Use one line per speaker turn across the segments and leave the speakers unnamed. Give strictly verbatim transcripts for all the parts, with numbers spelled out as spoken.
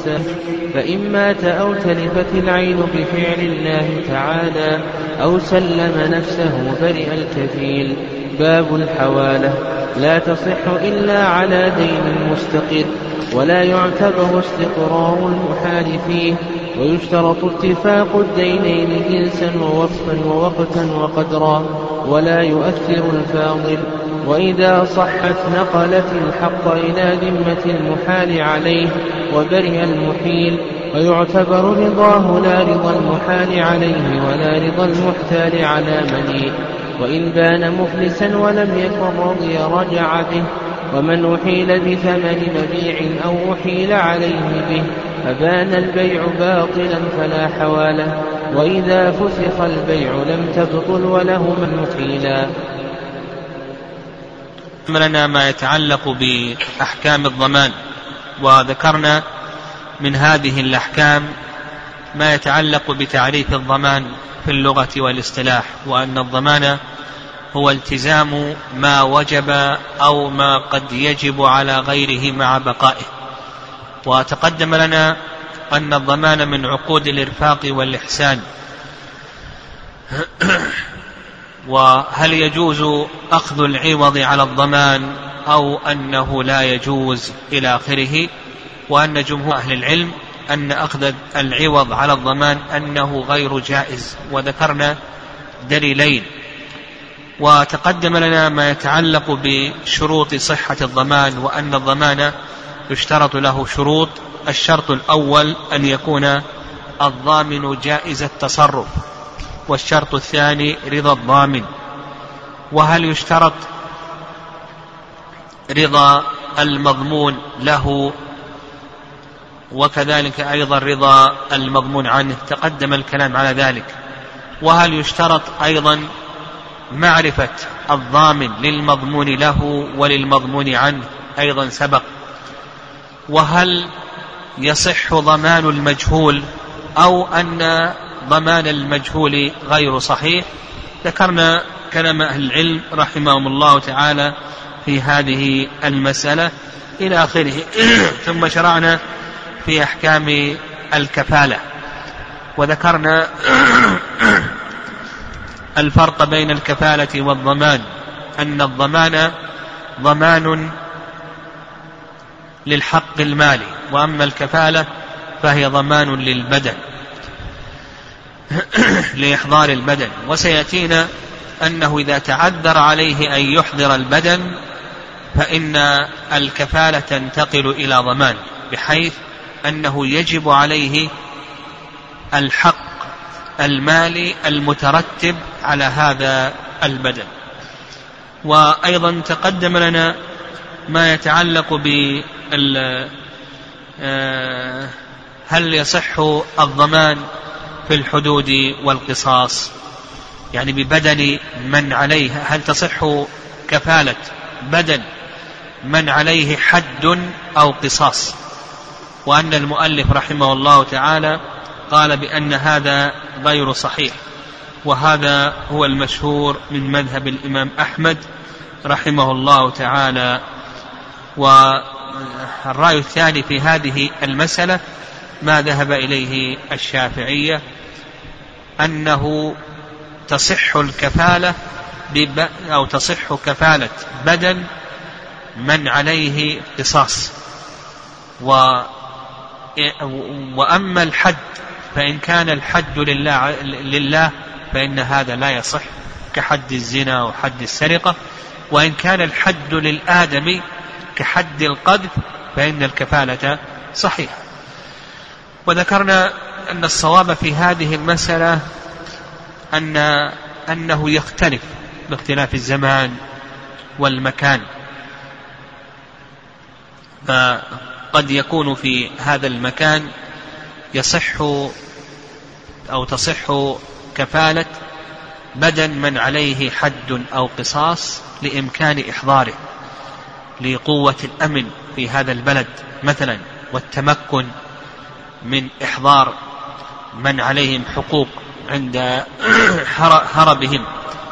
نفسه، فإن مات أو تلفت العين بفعل الله تعالى أو سلم نفسه برئ الكفيل. باب الحوالة. لا تصح إلا على دين مستقر، ولا يعتبر استقرار المحال فيه، ويشترط اتفاق الدينين جنسا ووصفا ووقتا وقدرا، ولا يؤثر الفاضل. وإذا صحت نقلت الحق إلى ذمة المحال عليه وبرئ المحيل، ويعتبر رضاه لا رضا المحال عليه ولا رضا المحتال على منيه. وإن بان مفلسا ولم يكن رضي رجع به. ومن أحيل بثمن مبيع أو أحيل عليه به فبان البيع باطلا فلا حوالة. وإذا فسخ البيع لم تبطل وله من أحيلا.
لنا ما يتعلق بأحكام الضمان، وذكرنا من هذه الأحكام ما يتعلق بتعريف الضمان في اللغة والاصطلاح، وأن الضمان هو التزام ما وجب أو ما قد يجب على غيره مع بقائه. وتقدم لنا أن الضمان من عقود الإرفاق والإحسان. وهل يجوز أخذ العوض على الضمان أو أنه لا يجوز إلى آخره. وأن جمهور أهل العلم أن أخذ العوض على الضمان أنه غير جائز، وذكرنا دليلين. وتقدم لنا ما يتعلق بشروط صحة الضمان، وأن الضمان يشترط له شروط. الشرط الأول أن يكون الضامن جائز التصرف، والشرط الثاني رضا الضامن. وهل يشترط رضا المضمون له وكذلك أيضا رضا المضمون عنه؟ تقدم الكلام على ذلك. وهل يشترط أيضا معرفة الضامن للمضمون له وللمضمون عنه؟ أيضا سبق. وهل يصح ضمان المجهول أو أن ضمان المجهول غير صحيح؟ ذكرنا كلام أهل العلم رحمهم الله تعالى في هذه المسألة إلى آخره. ثم شرعنا في أحكام الكفالة، وذكرنا الفرق بين الكفالة والضمان، أن الضمان ضمان للحق المالي، وأما الكفالة فهي ضمان للبدن لإحضار البدن. وسيأتينا أنه إذا تعذر عليه أن يحضر البدن فإن الكفالة تنتقل إلى ضمان، بحيث أنه يجب عليه الحق المالي المترتب على هذا البدن. وأيضا تقدم لنا ما يتعلق ب هل يصح الضمان في الحدود والقصاص، يعني ببدن من عليه، هل تصح كفالة بدن من عليه حد أو قصاص؟ وأن المؤلف رحمه الله تعالى قال بأن هذا غير صحيح، وهذا هو المشهور من مذهب الإمام أحمد رحمه الله تعالى. والرأي الثاني في هذه المسألة ما ذهب إليه الشافعية، أنه تصح الكفالة أو تصح كفالة بدن من عليه قصاص. و وأما الحد فإن كان الحد لله, لله فإن هذا لا يصح، كحد الزنا وحد السرقة. وإن كان الحد للآدمي كحد القذف فإن الكفالة صحيحة. وذكرنا أن الصواب في هذه المسألة أن أنه يختلف باختلاف الزمان والمكان، فقد يكون في هذا المكان يصح أو تصح كفالة بدن من عليه حد أو قصاص لإمكان إحضاره، لقوة الأمن في هذا البلد مثلا، والتمكن من إحضار من عليهم حقوق عند هربهم.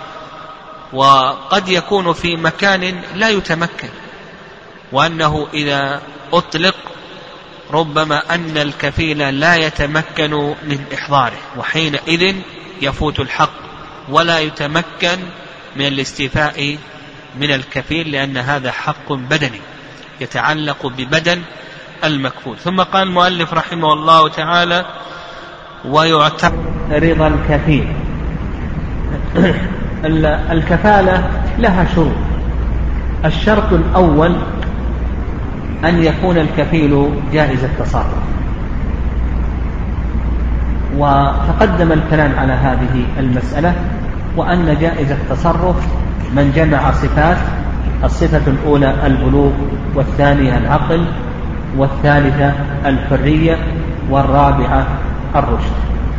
وقد يكون في مكان لا يتمكن، وأنه إذا أطلق ربما أن الكفيل لا يتمكن من إحضاره، وحينئذ يفوت الحق ولا يتمكن من الاستيفاء من الكفيل، لأن هذا حق بدني يتعلق ببدن المكفول. ثم قال المؤلف رحمه الله تعالى: ويعتبر
رضا الكفيل. الكفالة لها شروط. الشرط الأول أن يكون الكفيل جائز التصرف، وتقدم الكلام على هذه المسألة، وأن جائز التصرف من جمع صفات: الصفة الأولى البلوغ، والثانية العقل، والثالثة الحرية، والرابعة الرشد.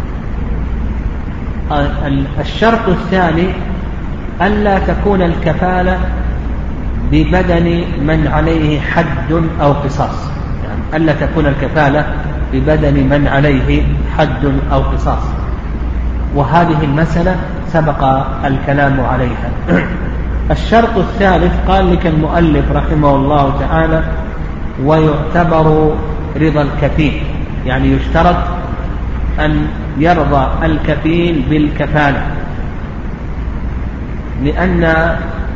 الشرط الثاني ألا تكون الكفالة ببدن من عليه حد أو قصاص، يعني ألا تكون الكفالة ببدن من عليه حد أو قصاص، وهذه المسألة سبق الكلام عليها. الشرط الثالث قال لك المؤلف رحمه الله تعالى: ويعتبر رضا الكفيل، يعني يشترط أن يرضى الكفيل بالكفالة، لأن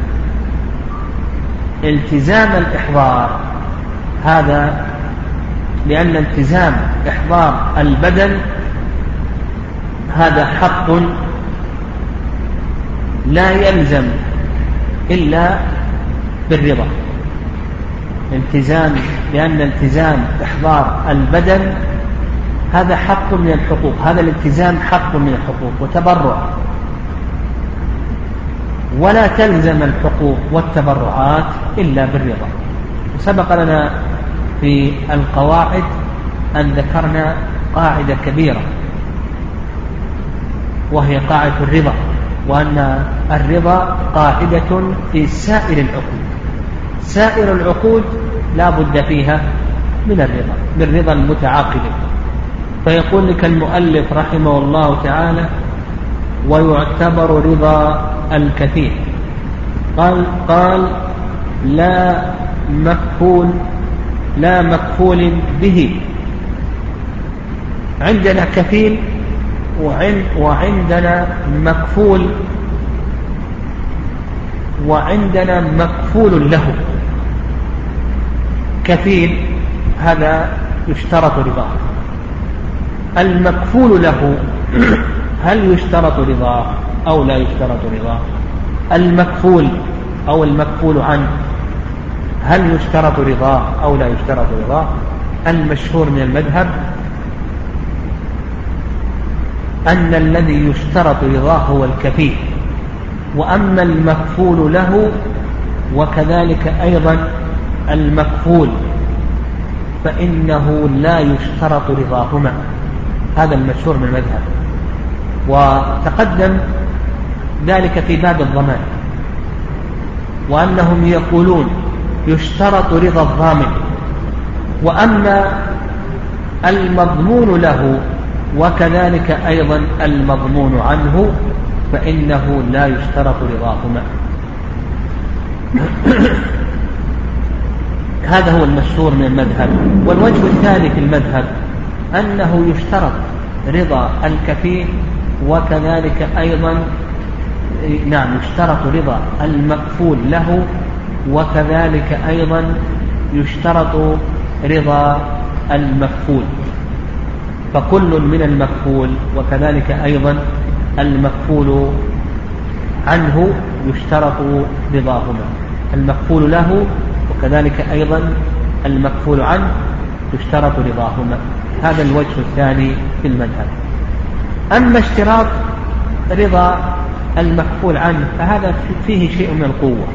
التزام الإحضار هذا لأن التزام إحضار البدن هذا حق لا يلزم إلا بالرضا. التزام لأن التزام إحضار البدن هذا حق من الحقوق، هذا الالتزام حق من الحقوق وتبرع، ولا تلزم الحقوق والتبرعات إلا بالرضا. سبق لنا في القواعد أن ذكرنا قاعدة كبيرة وهي قاعدة الرضا، وأن الرضا قاعدة في سائر العقود. سائر العقود لا بد فيها من الرضا، من رضا المتعاقد. فيقول لك المؤلف رحمه الله تعالى: ويعتبر رضا الكفيل. قال قال لا مكفول لا مكفول به. عندنا كفيل وعندنا مكفول وعندنا مكفول له. كفيل هذا يشترط رضاه. المكفول له هل يشترط رضاه أو لا يشترط رضاه؟ المكفول أو المكفول عنه هل يشترط رضاه أو لا يشترط رضاه؟ المشهور من المذهب أن الذي يشترط رضاه هو الكفيل، وأما المكفول له وكذلك أيضا المكفول فإنه لا يشترط رضاهما. هذا المشهور من المذهب، وتقدم ذلك في باب الضمان، وأنهم يقولون يشترط رضا الضامن، وأما المضمون له وكذلك أيضا المضمون عنه فإنه لا يشترط رضاهما. هذا هو المشهور من المذهب. والوجه الثاني في المذهب أنه يشترط رضا الكفيل وكذلك أيضا نعم يشترط رضا المكفول له وكذلك أيضا يشترط رضا المكفول. فكل من المكفول وكذلك أيضا المكفول عنه يشترط رضاهما. المكفول له وكذلك أيضا المكفول عنه يشترط رضاهما. هذا الوجه الثاني في المذهب. أما اشتراط رضا المكفول عنه فهذا فيه شيء من القوة،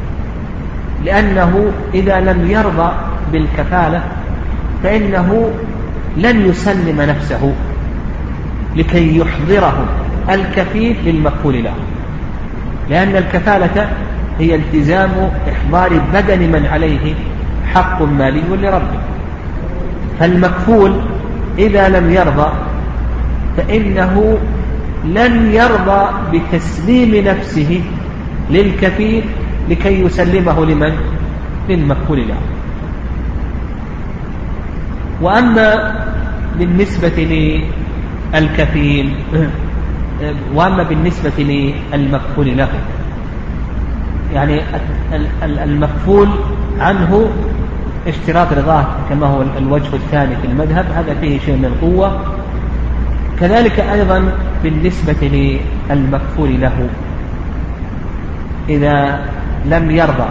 لأنه إذا لم يرضى بالكفالة فإنه لن يسلم نفسه لكي يحضره الكفيل للمكفول له، لأن الكفالة هي التزام إحضار بدن من عليه حق مالي لربه. فالمكفول إذا لم يرضى فإنه لن يرضى بتسليم نفسه للكفيل لكي يسلمه لمن؟ للمكفول له. وأما بالنسبة للكفيل وأما بالنسبة للمكفول له، يعني المكفول عنه اشتراط رضاه كما هو الوجه الثاني في المذهب، هذا فيه شيء من القوة. كذلك أيضا بالنسبة للمكفول له إذا لم يرضى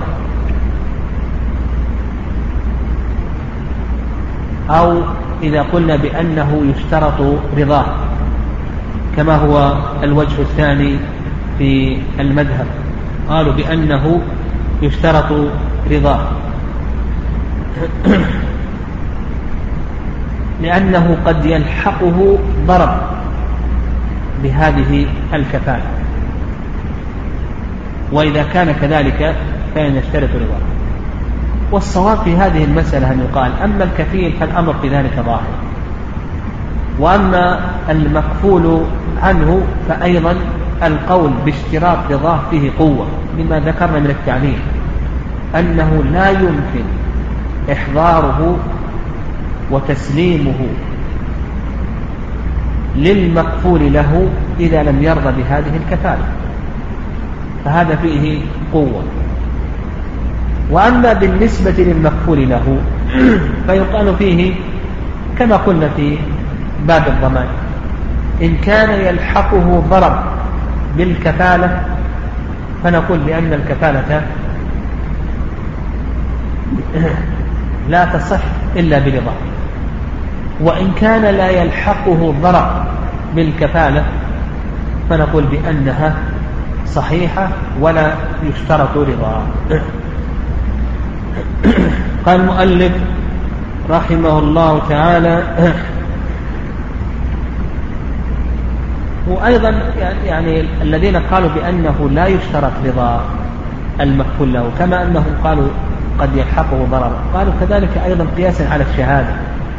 أو إذا قلنا بأنه يشترط رضاه كما هو الوجه الثاني في المذهب، قالوا بأنه يشترط رضاه لأنه قد يلحقه ضرر بهذه الكفالة، وإذا كان كذلك فإن يشترط رضاه. والصواب في هذه المسألة أن يقال أما الكفيل فالأمر في ذلك ظاهر، وأما المكفول عنه فأيضا القول باشتراط رضاه فيه قوة، لما ذكرنا من التعليل أنه لا يمكن إحضاره وتسليمه للمكفول له إذا لم يرضى بهذه الكفالة، فهذا فيه قوة. وأما بالنسبة للمكفول له فيقال فيه كما قلنا في باب الضمان، إن كان يلحقه ضرر بالكفالة فنقول بأن الكفالة لا تصح إلا برضاه، وإن كان لا يلحقه ضرر بالكفالة فنقول بأنها صحيحة ولا يشترط رضاه. قال المؤلف رحمه الله تعالى وأيضا يعني الذين قالوا بأنه لا يشترط رضا المكفول له كما أنهم قالوا قد يلحقه ضرر، قالوا كذلك أيضا قياسا على الشهادة،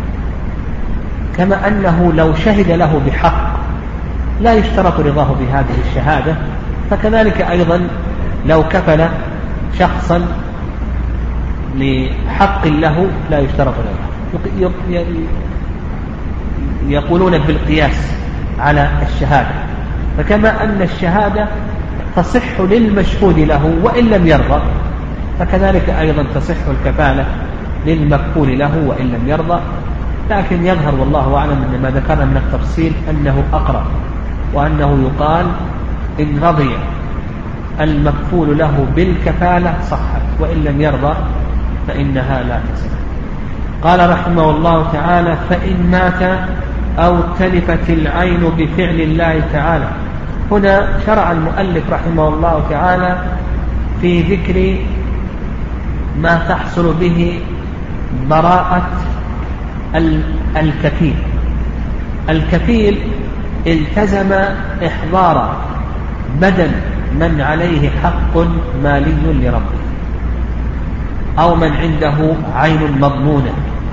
كما أنه لو شهد له بحق لا يشترط رضاه بهذه الشهادة، فكذلك أيضا لو كفل شخصا لحق له لا يشترط رضاه. يقولون بالقياس على الشهادة، فكما أن الشهادة تصح للمشهود له وإن لم يرضى، فكذلك أيضا تصح الكفالة للمكفول له وإن لم يرضى. لكن يظهر والله أعلم أن ما ذكرنا من التفصيل أنه أقرب، وأنه يقال إن رضي المكفول له بالكفالة صحت، وإن لم يرضى فإنها لا تصح. قال رحمه الله تعالى فإن مات أو تلفت العين بفعل الله تعالى. هنا شرع المؤلف رحمه الله تعالى في ذكر ما تحصل به براءة الكفيل. الكفيل التزم إحضار بدن من عليه حق مالي لربه أو من عنده عين مضمونة.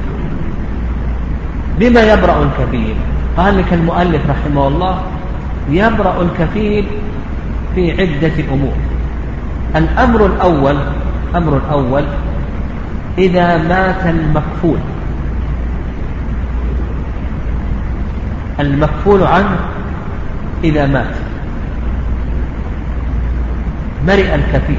بما يبرأ الكفيل؟ قال لك المؤلف رحمه الله يبرأ الكفيل في عدة أمور. الأمر الأول أمر الأول إذا مات المكفول المكفول عنه إذا مات برئ الكفيل،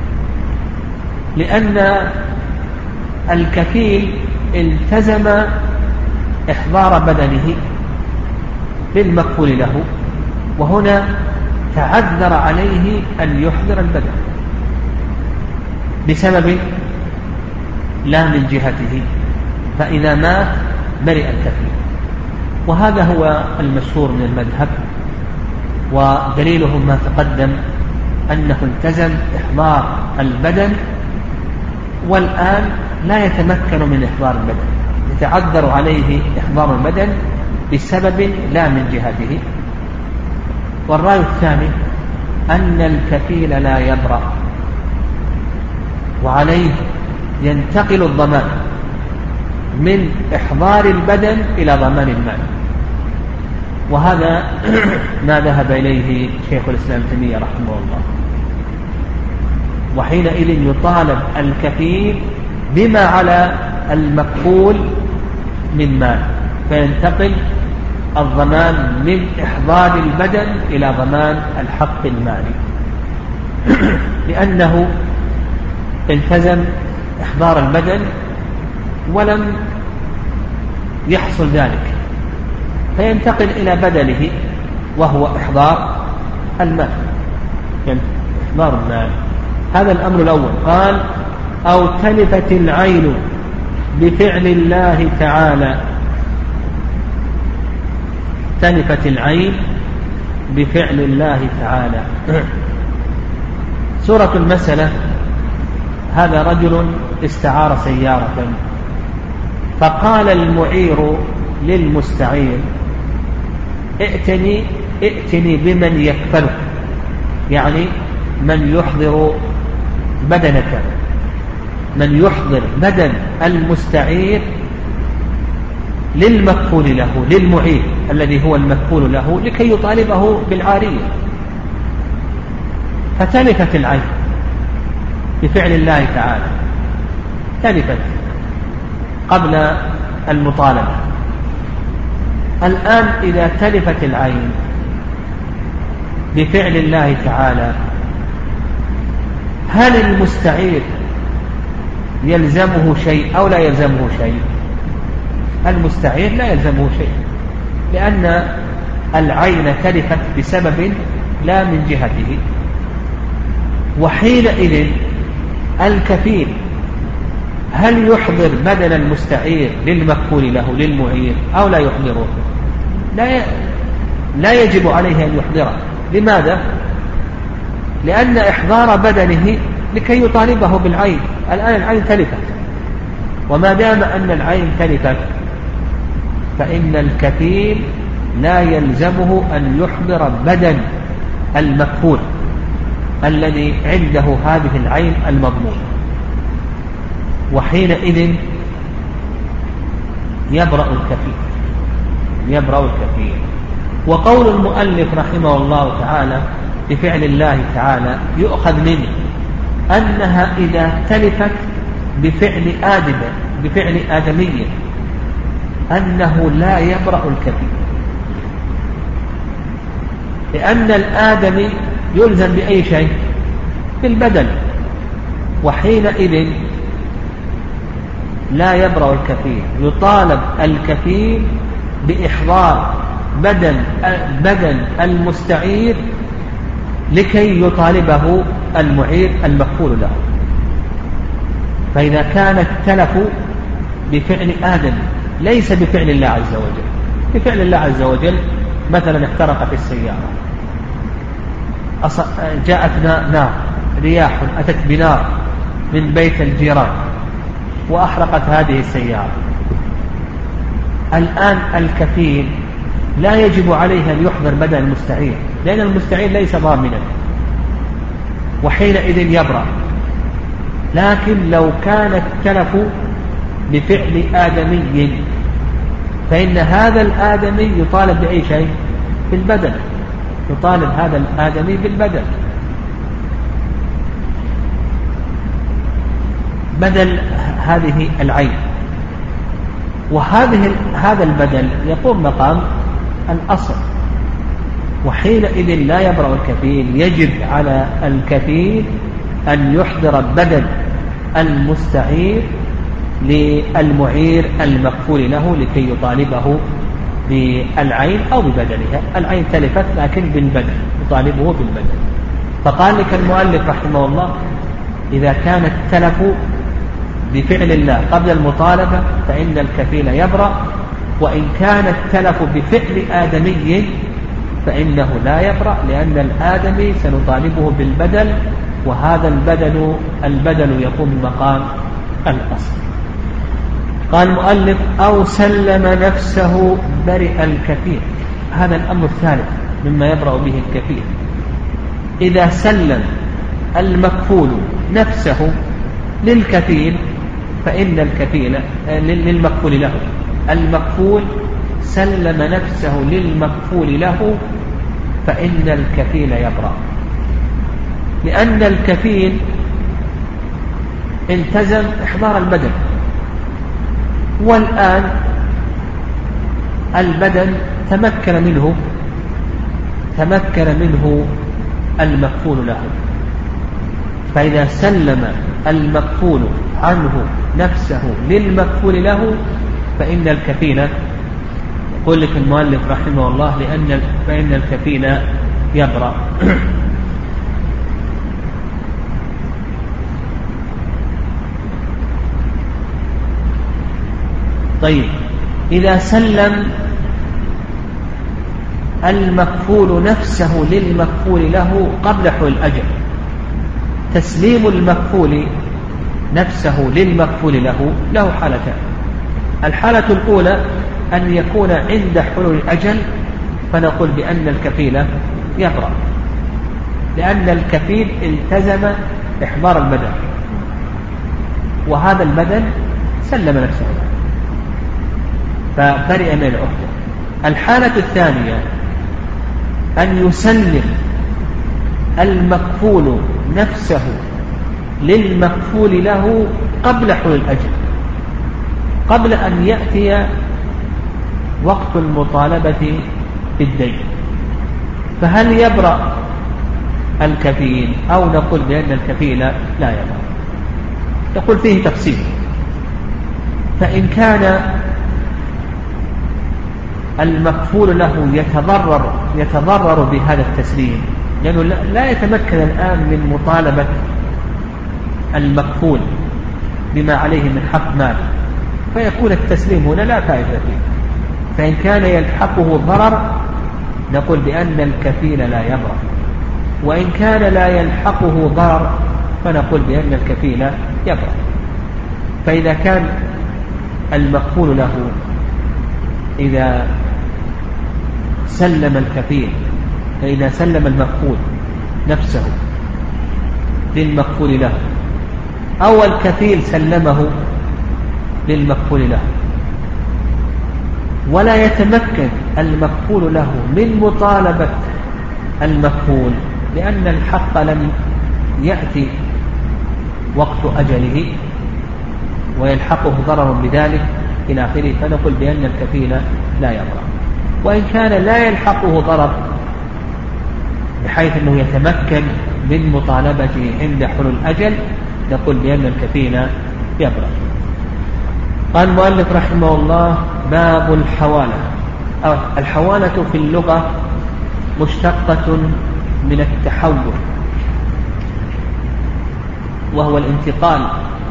لأن الكفيل التزم إحضار بدنه للمكفول له، وهنا تعذر عليه أن يحضر البدن بسبب لا من جهته، فإذا مات برئ الكفيل. وهذا هو المشهور من المذهب، ودليله ما تقدم أنه التزم إحضار البدن، والآن لا يتمكن من إحضار البدن، يتعذر عليه إحضار البدن بسبب لا من جهته. والرأي الثاني أن الكفيل لا يبرأ، وعليه ينتقل الضمان من إحضار البدن إلى ضمان المال، وهذا ما ذهب إليه شيخ الإسلام ابن تيمية رحمه الله. وحينئذ يطالب الكفيل بما على المكفول من مال، فينتقل الضمان من إحضار البدن إلى ضمان الحق المالي، لأنه التزم إحضار البدن ولم يحصل ذلك، فينتقل إلى بدله وهو إحضار المال، يعني إحضار المال. هذا الأمر الأول. قال: أو تلفت العين بفعل الله تعالى. تلفت العين بفعل الله تعالى. سورة المسألة: هذا رجل استعار سيارة، فقال المعير للمستعير: ائتني ائتني بمن يكفلك، يعني من يحضر بدنك، من يحضر بدن المستعير للمكفول له، للمعير الذي هو المكفول له، لكي يطالبه بالعارية. فتلفت العين بفعل الله تعالى، تلفت قبل المطالبة. الآن إذا تلفت العين بفعل الله تعالى، هل المستعير يلزمه شيء أو لا يلزمه شيء؟ المستعير لا يلزمه شيء، لأن العين تلفت بسبب لا من جهته. وحينئذ الكفيل هل يحضر بدن المستعير للمكفول له للمعير أو لا يحضره؟ لا لا يجب عليه أن يحضره. لماذا؟ لأن إحضار بدنه لكي يطالبه بالعين. الآن العين تلفت، وما دام أن العين تلفت فإن الكفيل لا يلزمه أن يحضر بدن المكفول الذي عنده هذه العين المضمونة، وحينئذ يبرأ الكفيل يبرأ الكفيل. وقول المؤلف رحمه الله تعالى بفعل الله تعالى يؤخذ منه أنها إذا تلفت بفعل آدم بفعل آدمي أنه لا يبرأ الكفيل، لأن الآدمي يلزم بأي شيء؟ بالبدن، وحينئذ لا يبرأ الكفيل. يطالب الكفيل بإحضار بدن بدن المستعير لكي يطالبه المعير المكفول له. فإذا كان التلف بفعل آدم ليس بفعل الله عز وجل، بفعل الله عز وجل مثلا احترقت السيارة، جاءت نار، رياح أتت بنار من بيت الجيران وأحرقت هذه السيارة. الآن الكفيل لا يجب عليه أن يحضر بدن المستعير، لأن المستعير ليس ضامنا، وحينئذ يبرأ. لكن لو كان التلف بفعل آدمي فإن هذا الآدمي يطالب بأي شيء؟ بالبدن، يطالب هذا الآدمي بالبدن بدل هذه العين. وهذه هذا البدل يقوم مقام الأصل، وحينئذ لا يبرأ الكفيل. يجب على الكفيل أن يحضر بدل المستعير للمعير المكفول له لكي يطالبه بالعين أو ببدلها. العين تلفت لكن بالبدل، يطالبه بالبدل. فقال لك المؤلف رحمه الله: إذا كان التلف بفعل الله قبل المطالبة فإن الكفيل يبرأ، وإن كان التلف بفعل آدمي فإنه لا يبرأ، لأن الآدمي سنطالبه بالبدل، وهذا البدل البدل يقوم مقام الأصل. قال المؤلف: أو سلم نفسه برئ الكفيل. هذا الأمر الثالث مما يبرأ به الكفيل. إذا سلم المكفول نفسه للكفيل فإن الكفيل للمكفول له، المكفول سلم نفسه للمكفول له فإن الكفيل يبرأ، لأن الكفيل التزم إحضار البدن، والآن البدن تمكن منه تمكن منه المكفول له، فإذا سلم المكفول عنه نفسه للمكفول له فإن الكفيل، يقول لك المؤلف رحمه الله، لأن فإن الكفيل يبرأ. طيب، إذا سلم المكفول نفسه للمكفول له قبل حول الأجل، تسليم المكفول نفسه للمكفول له له حالتان. الحالة الأولى أن يكون عند حلول الأجل، فنقول بأن الكفيل يبرأ، لأن الكفيل التزم إحضار البدن، وهذا البدن سلم نفسه فبرئ من العهدة. الحالة الثانية أن يسلم المكفول نفسه للمكفول له قبل حلول الأجل، قبل أن يأتي وقت المطالبة بالدين، فهل يبرأ الكفيل أو نقول بأن الكفيل لا يبرأ؟ يقول فيه تفصيل. فإن كان المكفول له يتضرر يتضرر بهذا التسليم، لأنه لا يتمكن الآن من مطالبة المكفول بما عليه من حق مال، فيكون التسليم هنا لا فائدة فيه. فإن كان يلحقه ضرر نقول بأن الكفيل لا يبرأ، وإن كان لا يلحقه ضرر فنقول بأن الكفيل يبرأ. فإذا كان المكفول له إذا سلم الكفيل فإذا سلم المكفول نفسه للمكفول له أو الكفيل سلمه للمكفول له ولا يتمكن المكفول له من مطالبة المكفول لأن الحق لم يأتي وقت أجله ويلحقه ضرر بذلك إلى آخره، فنقول بأن الكفيل لا يبرأ. وإن كان لا يلحقه ضرر بحيث أنه يتمكن من مطالبته عند حلول الأجل نقول بأن الكفيل يبرأ. قال المؤلف رحمه الله: باب الحوالة. الحوالة في اللغة مشتقة من التحول، وهو الانتقال،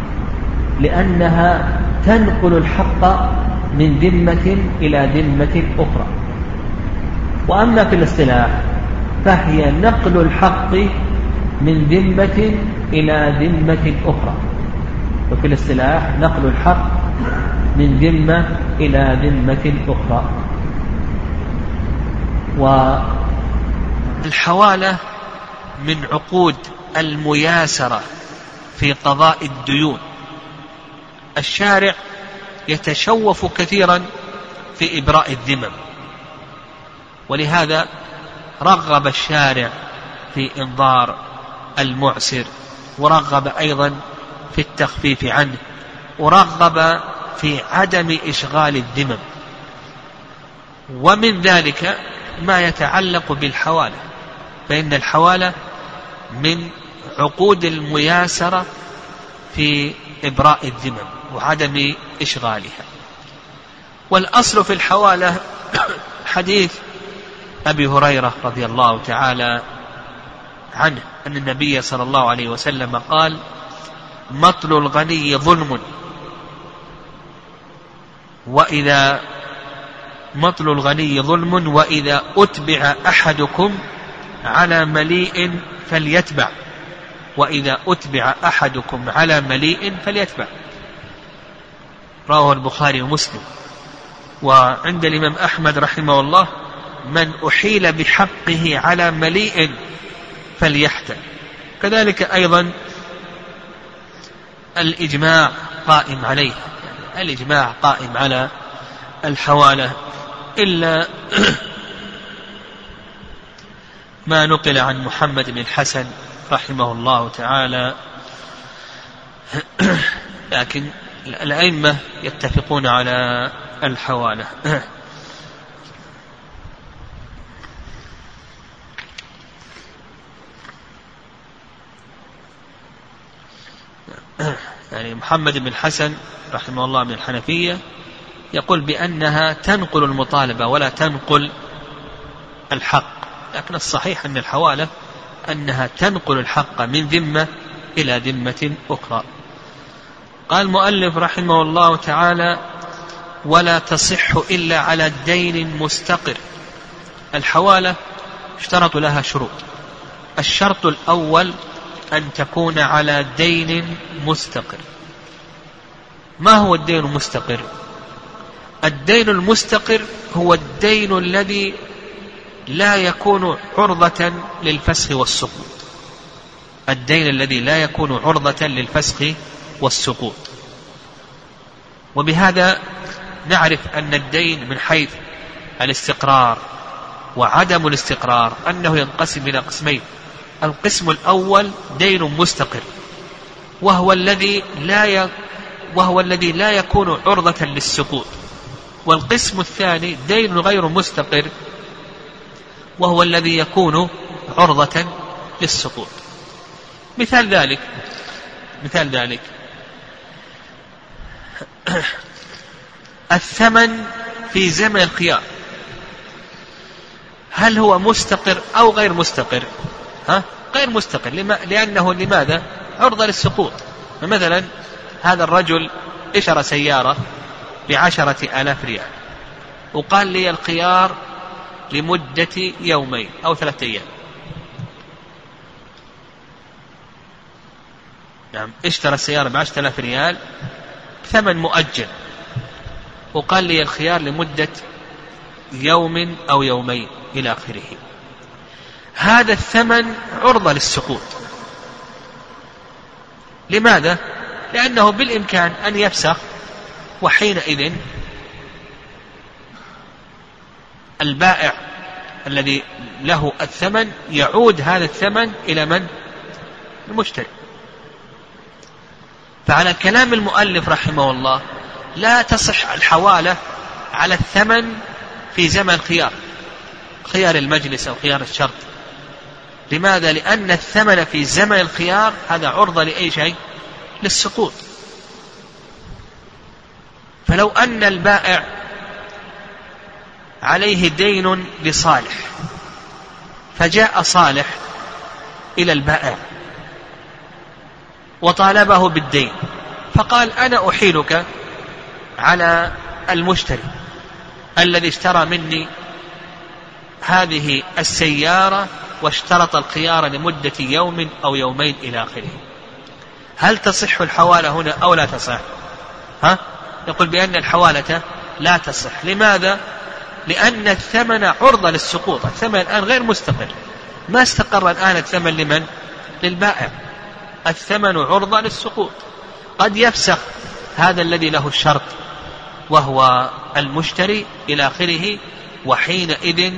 لأنها تنقل الحق من ذمة إلى ذمة أخرى. وأما في الاصطلاح فهي نقل الحق من ذمة إلى ذمة أخرى. وفي الاصطلاح نقل الحق من ذمة إلى ذمة أخرى.
والحوالة من عقود المياسرة في قضاء الديون. الشارع يتشوف كثيرا في إبراء الذمم، ولهذا رغب الشارع في إنظار المعسر، ورغب أيضا في التخفيف عنه، ورغب في عدم إشغال الذمم. ومن ذلك ما يتعلق بالحوالة، فإن الحوالة من عقود المياسرة في إبراء الذمم وعدم إشغالها. والأصل في الحوالة حديث أبي هريرة رضي الله تعالى عنه أن النبي صلى الله عليه وسلم قال: مطل الغني ظلم، وإذا مطل الغني ظلم وإذا أتبع أحدكم على مليء فليتبع وإذا أتبع أحدكم على مليء فليتبع. رواه البخاري ومسلم. وعند الإمام أحمد رحمه الله: من أحيل بحقه على مليء فليحتل. كذلك أيضا الإجماع قائم عليه، يعني الإجماع قائم على الحوالة، إلا ما نقل عن محمد بن الحسن رحمه الله تعالى، لكن الأئمة يتفقون على الحوالة. يعني محمد بن الحسن رحمه الله من الحنفية يقول بأنها تنقل المطالبة ولا تنقل الحق، لكن الصحيح أن الحوالة أنها تنقل الحق من ذمة إلى ذمة أخرى. قال المؤلف رحمه الله تعالى: ولا تصح إلا على دين مستقر. الحوالة اشترط لها شروط. الشرط الأول أن تكون على دين مستقر. ما هو الدين المستقر؟ الدين المستقر هو الدين الذي لا يكون عرضة للفسخ والسقوط. الدين الذي لا يكون عرضة للفسخ والسقوط. وبهذا نعرف أن الدين من حيث الاستقرار وعدم الاستقرار أنه ينقسم إلى قسمين. القسم الأول دين مستقر، وهو الذي لا ي... وهو الذي لا يكون عرضة للسقوط. والقسم الثاني دين غير مستقر، وهو الذي يكون عرضة للسقوط. مثال ذلك مثال ذلك الثمن في زمن الخيار، هل هو مستقر أو غير مستقر؟ ها؟ غير مستقر. لما؟ لأنه لماذا؟ عرضة للسقوط. فمثلا هذا الرجل اشترى سيارة بعشرة آلاف ريال وقال لي الخيار لمدة يومين أو ثلاثة أيام. نعم، اشترى السيارة بعشرة آلاف ريال ثمن مؤجل وقال لي الخيار لمدة يوم أو يومين إلى آخره. هذا الثمن عرضة للسقوط. لماذا؟ لأنه بالإمكان أن يفسخ، وحينئذ البائع الذي له الثمن يعود هذا الثمن إلى من؟ المشتري. فعلى كلام المؤلف رحمه الله لا تصح الحوالة على الثمن في زمن خيار خيار المجلس أو خيار الشرط. لماذا؟ لأن الثمن في زمن الخيار هذا عرضة لأي شيء؟ للسقوط. فلو أن البائع عليه دين لصالح، فجاء صالح إلى البائع وطالبه بالدين، فقال أنا أحيلك على المشتري الذي اشترى مني هذه السيارة واشترط الخيار لمدة يوم أو يومين إلى آخره. هل تصح الحوالة هنا أو لا تصح؟ ها؟ يقول بأن الحوالة لا تصح. لماذا؟ لأن الثمن عرضة للسقوط. الثمن الآن غير مستقر، ما استقر الآن الثمن لمن؟ للبائع. الثمن عرضة للسقوط. قد يفسخ هذا الذي له الشرط وهو المشتري إلى آخره، وحينئذ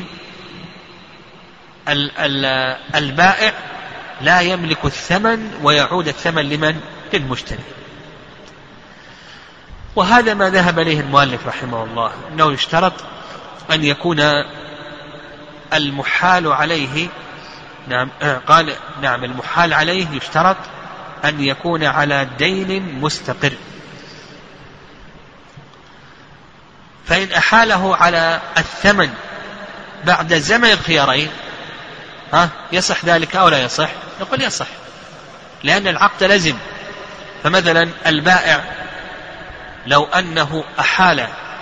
البائع لا يملك الثمن ويعود الثمن لمن؟ للمشتري. وهذا ما ذهب إليه المؤلف رحمه الله، أنه يشترط أن يكون المحال عليه نعم قال نعم المحال عليه يشترط أن يكون على دين مستقر. فإن أحاله على الثمن بعد زمن الخيارين ها يصح ذلك أو لا يصح؟ نقول يصح، لأن العقد لزم. فمثلا البائع لو أنه أحال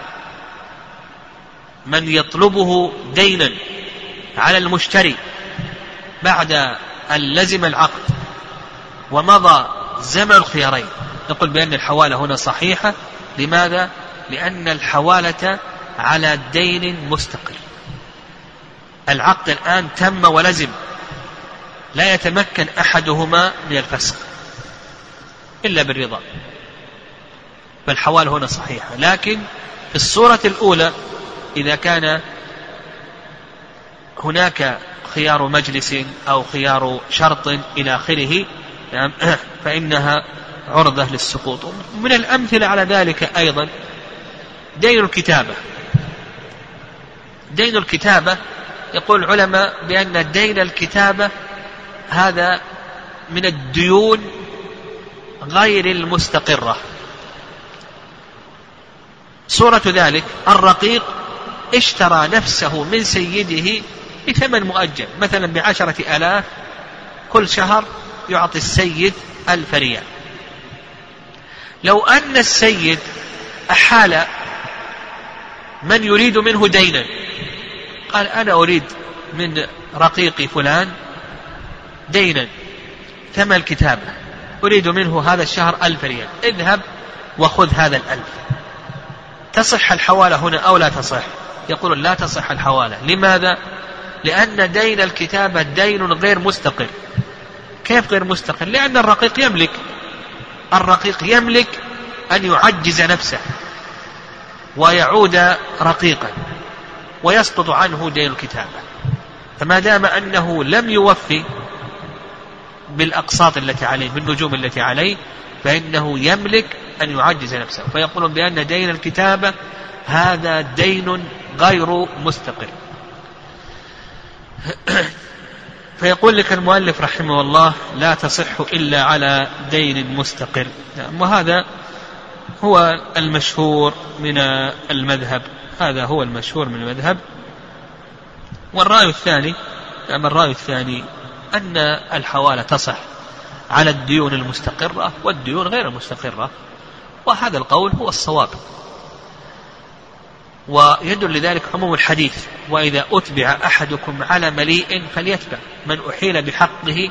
من يطلبه دينا على المشتري بعد أن لزم العقد ومضى زمن الخيارين، نقول بأن الحوالة هنا صحيحة. لماذا؟ لأن الحوالة على دين مستقر. العقد الآن تم ولزم، لا يتمكن أحدهما من الفسخ إلا بالرضا، فالحوالة هنا صحيحة. لكن في الصورة الأولى إذا كان هناك خيار مجلس أو خيار شرط إلى آخره فإنها عرضة للسقوط. من الأمثلة على ذلك أيضا دين الكتابة. دين الكتابة يقول العلماء بأن دين الكتابة هذا من الديون غير المستقرة. صورة ذلك الرقيق اشترى نفسه من سيده بثمن مؤجل، مثلا بعشرة آلاف كل شهر يعطي السيد ألف ريال. لو أن السيد أحال من يريد منه دينا، قال أنا أريد من رقيقي فلان دينا ثمن الكتابة، أريد منه هذا الشهر ألف ريال، اذهب وخذ هذا الألف. تصح الحوالة هنا أو لا تصح؟ يقول لا تصح الحوالة. لماذا؟ لأن دين الكتابة دين غير مستقر. كيف غير مستقر؟ لأن الرقيق يملك الرقيق يملك أن يعجز نفسه ويعود رقيقا ويسقط عنه دين الكتابة، فما دام أنه لم يوفي بالأقساط التي عليه بالنجوم التي عليه فإنه يملك أن يعجز نفسه، فيقولون بأن دين الكتابة هذا دين غير مستقر. فيقول لك المؤلف رحمه الله لا تصح إلا على دين مستقر، وهذا هو المشهور من المذهب، هذا هو المشهور من المذهب. والرأي الثاني أما الرأي الثاني أن الحوالة تصح على الديون المستقرة والديون غير المستقرة، وهذا القول هو الصواب. ويدل لذلك عموم الحديث وإذا أتبع أحدكم على مليء فليتبع، من أحيل بحقه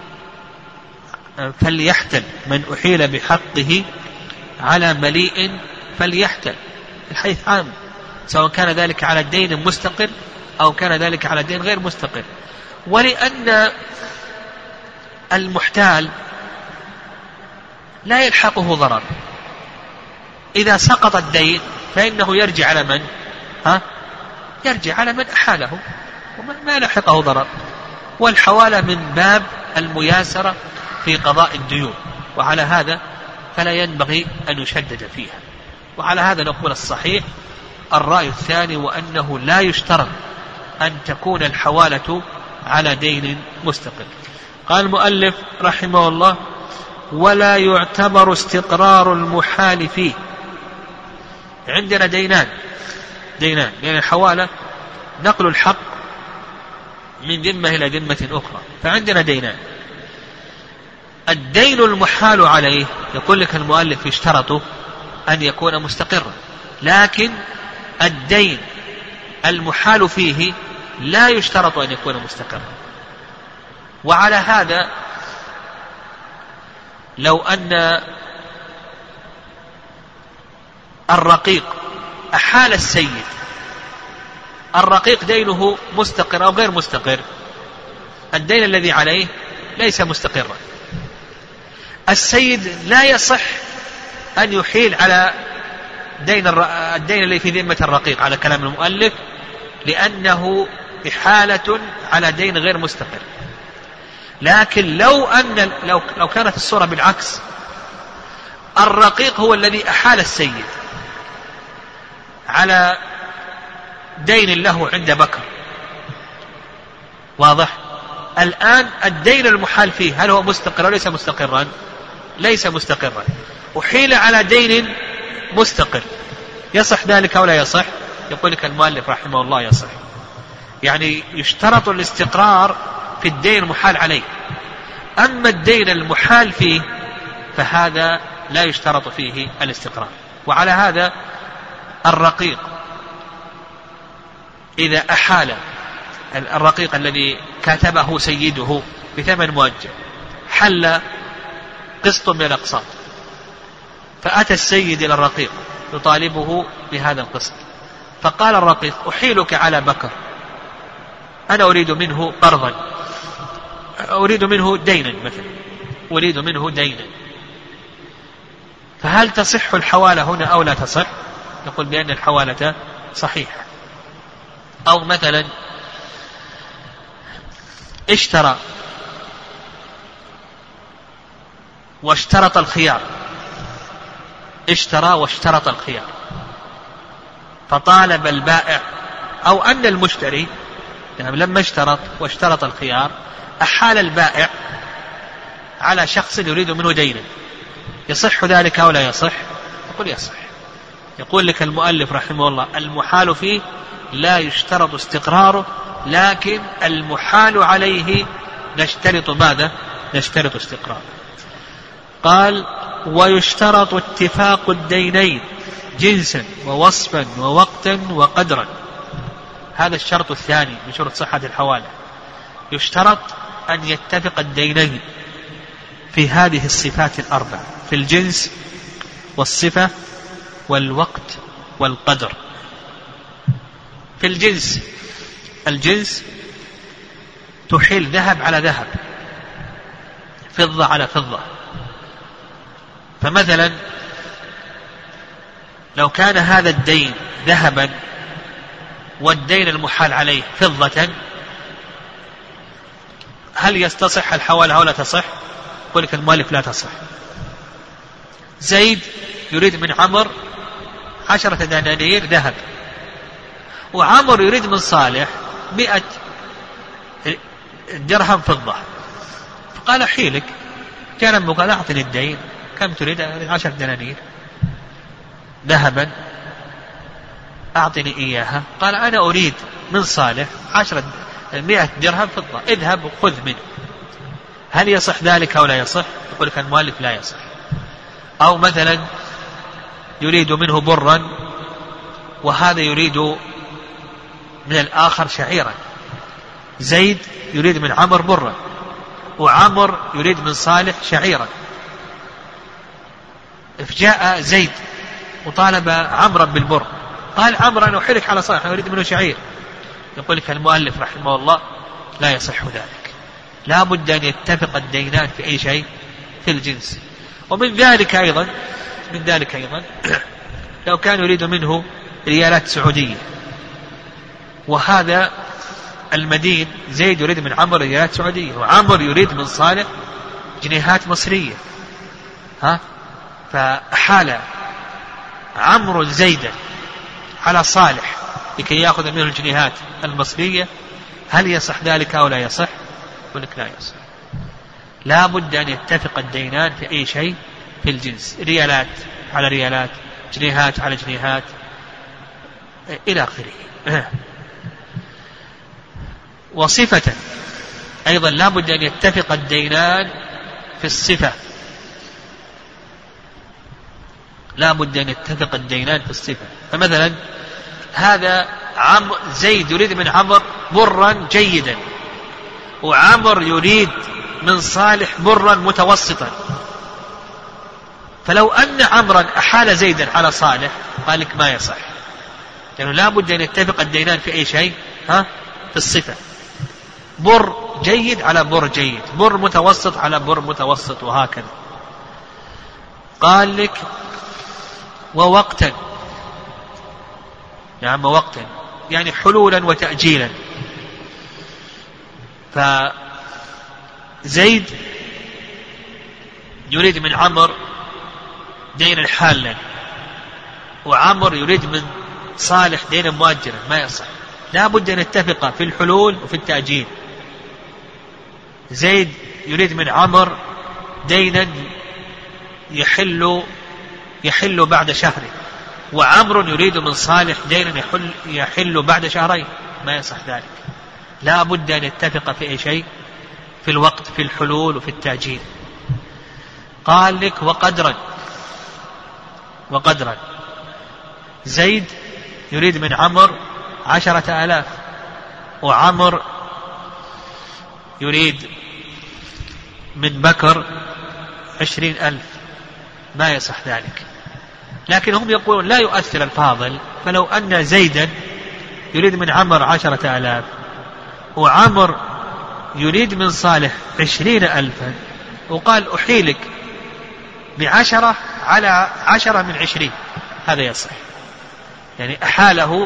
فليحتل، من أحيل بحقه على مليء فليحتل. الحديث عام سواء كان ذلك على الدين مستقر أو كان ذلك على الدين غير مستقر. ولأن المحتال لا يلحقه ضرر، إذا سقط الدين فإنه يرجع على من؟ ها؟ يرجع على من أحاله وما لحقه ضرر. والحوالة من باب المياسرة في قضاء الديون، وعلى هذا فلا ينبغي أن يشدد فيها. وعلى هذا نقول الصحيح الرأي الثاني، وأنه لا يشترط أن تكون الحوالة على دين مستقر. قال المؤلف رحمه الله ولا يعتبر استقرار المحال فيه. عندنا دينان دينان لأن الحوالة نقل الحق من ذمة إلى ذمة أخرى، فعندنا دينان. الدين المحال عليه يقول لك المؤلف يشترط أن يكون مستقرا، لكن الدين المحال فيه لا يشترط أن يكون مستقرا. وعلى هذا لو أن الرقيق أحال السيد، الرقيق دينه مستقر أو غير مستقر؟ الدين الذي عليه ليس مستقرا. السيد لا يصح أن يحيل على دين الدين الذي في ذمة الرقيق على كلام المؤلف، لأنه إحالة على دين غير مستقر. لكن لو أن لو لو كانت الصورة بالعكس، الرقيق هو الذي أحال السيد على دين له عند بكر، واضح؟ الآن الدين المحال فيه هل هو مستقر وليس مستقرا؟ ليس مستقرا. أحيل على دين مستقر، يصح ذلك أو لا يصح؟ يقول لك المؤلف رحمه الله يصح. يعني يشترط الاستقرار في الدين المحال عليه، أما الدين المحال فيه فهذا لا يشترط فيه الاستقرار. وعلى هذا الرقيق إذا أحال الرقيق الذي كتبه سيده بثمن مؤجل، حل قسط من الأقساط، فأتى السيد إلى الرقيق يطالبه بهذا القسط، فقال الرقيق أحيلك على بكر، أنا أريد منه قرضا، أريد منه دينا مثلا، أريد منه دينا، فهل تصح الحوالة هنا أو لا تصح؟ نقول بأن الحوالة صحيحة. أو مثلا اشترى واشترط الخيار، اشترى واشترط الخيار، فطالب البائع أو أن المشتري يعني لما اشترط واشترط الخيار أحال البائع على شخص يريد منه دينا، يصح ذلك أو لا يصح؟ يقول يصح. يقول لك المؤلف رحمه الله المحال فيه لا يشترط استقراره، لكن المحال عليه نشترط ماذا؟ نشترط استقراره. قال ويشترط اتفاق الدينين جنسا ووصفا ووقتا وقدرا. هذا الشرط الثاني من شروط صحة الحوالة. يشترط أن يتفق الدينين في هذه الصفات الأربع، في الجنس والصفة والوقت والقدر. في الجنس، الجنس تحيل ذهب على ذهب، فضة على فضة. فمثلا لو كان هذا الدين ذهبا والدين المحال عليه فضة، هل يستصح الحوالة أو لا تصح؟ يقول لك المؤلف لا تصح. زيد يريد من عمر عشرة دنانير ذهب، وعمر يريد من صالح مئة درهم فضة، فقال حيلك كان قال أعطني الدين، كم تريد؟ عشر دنانير ذهبا أعطني إياها. قال أنا أريد من صالح عشرة مئة درهم فضة، اذهب وخذ منه. هل يصح ذلك أو لا يصح؟ يقول لك المؤلف لا يصح. أو مثلا يريد منه برا وهذا يريد من الآخر شعيرا. زيد يريد من عمر برا وعمر يريد من صالح شعيرا، فجاء زيد وطالب عمرا بالبر، قال عمرا أنا أحرك على صالح يريد منه شعير. يقول لك المؤلف رحمه الله لا يصح ذلك، لا بد أن يتفق الدينان في أي شيء، في الجنس. ومن ذلك أيضا من ذلك أيضا لو كان يريد منه ريالات سعودية، وهذا المدين زيد يريد من عمر ريالات سعودية، وعمر يريد من صالح جنيهات مصرية، ها فحال عمرو زيدا على صالح لكي يأخذ منه الجنيهات المصرية، هل يصح ذلك أو لا يصح؟ يقول لك لا يصح. لا بد أن يتفق الدينان في أي شيء في الجنس، ريالات على ريالات، جنيهات على جنيهات إلى آخره. وصفة أيضا لا بد أن يتفق الدينان في الصفة، لا بد أن يتفق الدينان في الصفة. فمثلا هذا عم زيد يريد من عمر برا جيدا، وعمر يريد من صالح برا متوسطا، فلو أن عمرا أحال زيدا على صالح قال لك ما يصح، لأنه لا بد أن يتفق الدينان في أي شيء، ها في الصفة. بر جيد على بر جيد، بر متوسط على بر متوسط، وهكذا. قال لك ووقتا، نعم وقتا يعني حلولا وتأجيلا. فزيد يريد من عمر دينا حالا، وعمر يريد من صالح دينا مؤجلا، ما يصح. لا بد أن نتفق في الحلول وفي التأجيل. زيد يريد من عمر دينا يحل يحل بعد شهر، وعمر يريد من صالح دينا يحل, يحل بعد شهرين، ما يصح ذلك. لا بد أن يتفق في أي شيء، في الوقت، في الحلول وفي التأجيل. قال لك وقدرا، وقدرا زيد يريد من عمر عشرة آلاف، وعمر يريد من بكر عشرين ألف، ما يصح ذلك. لكن هم يقولون لا يؤثر الفاضل، فلو أن زيدا يريد من عمر عشرة آلاف وعمر يريد من صالح عشرين ألفا، وقال أحيلك بعشرة على عشرة من عشرين، هذا يصح. يعني أحاله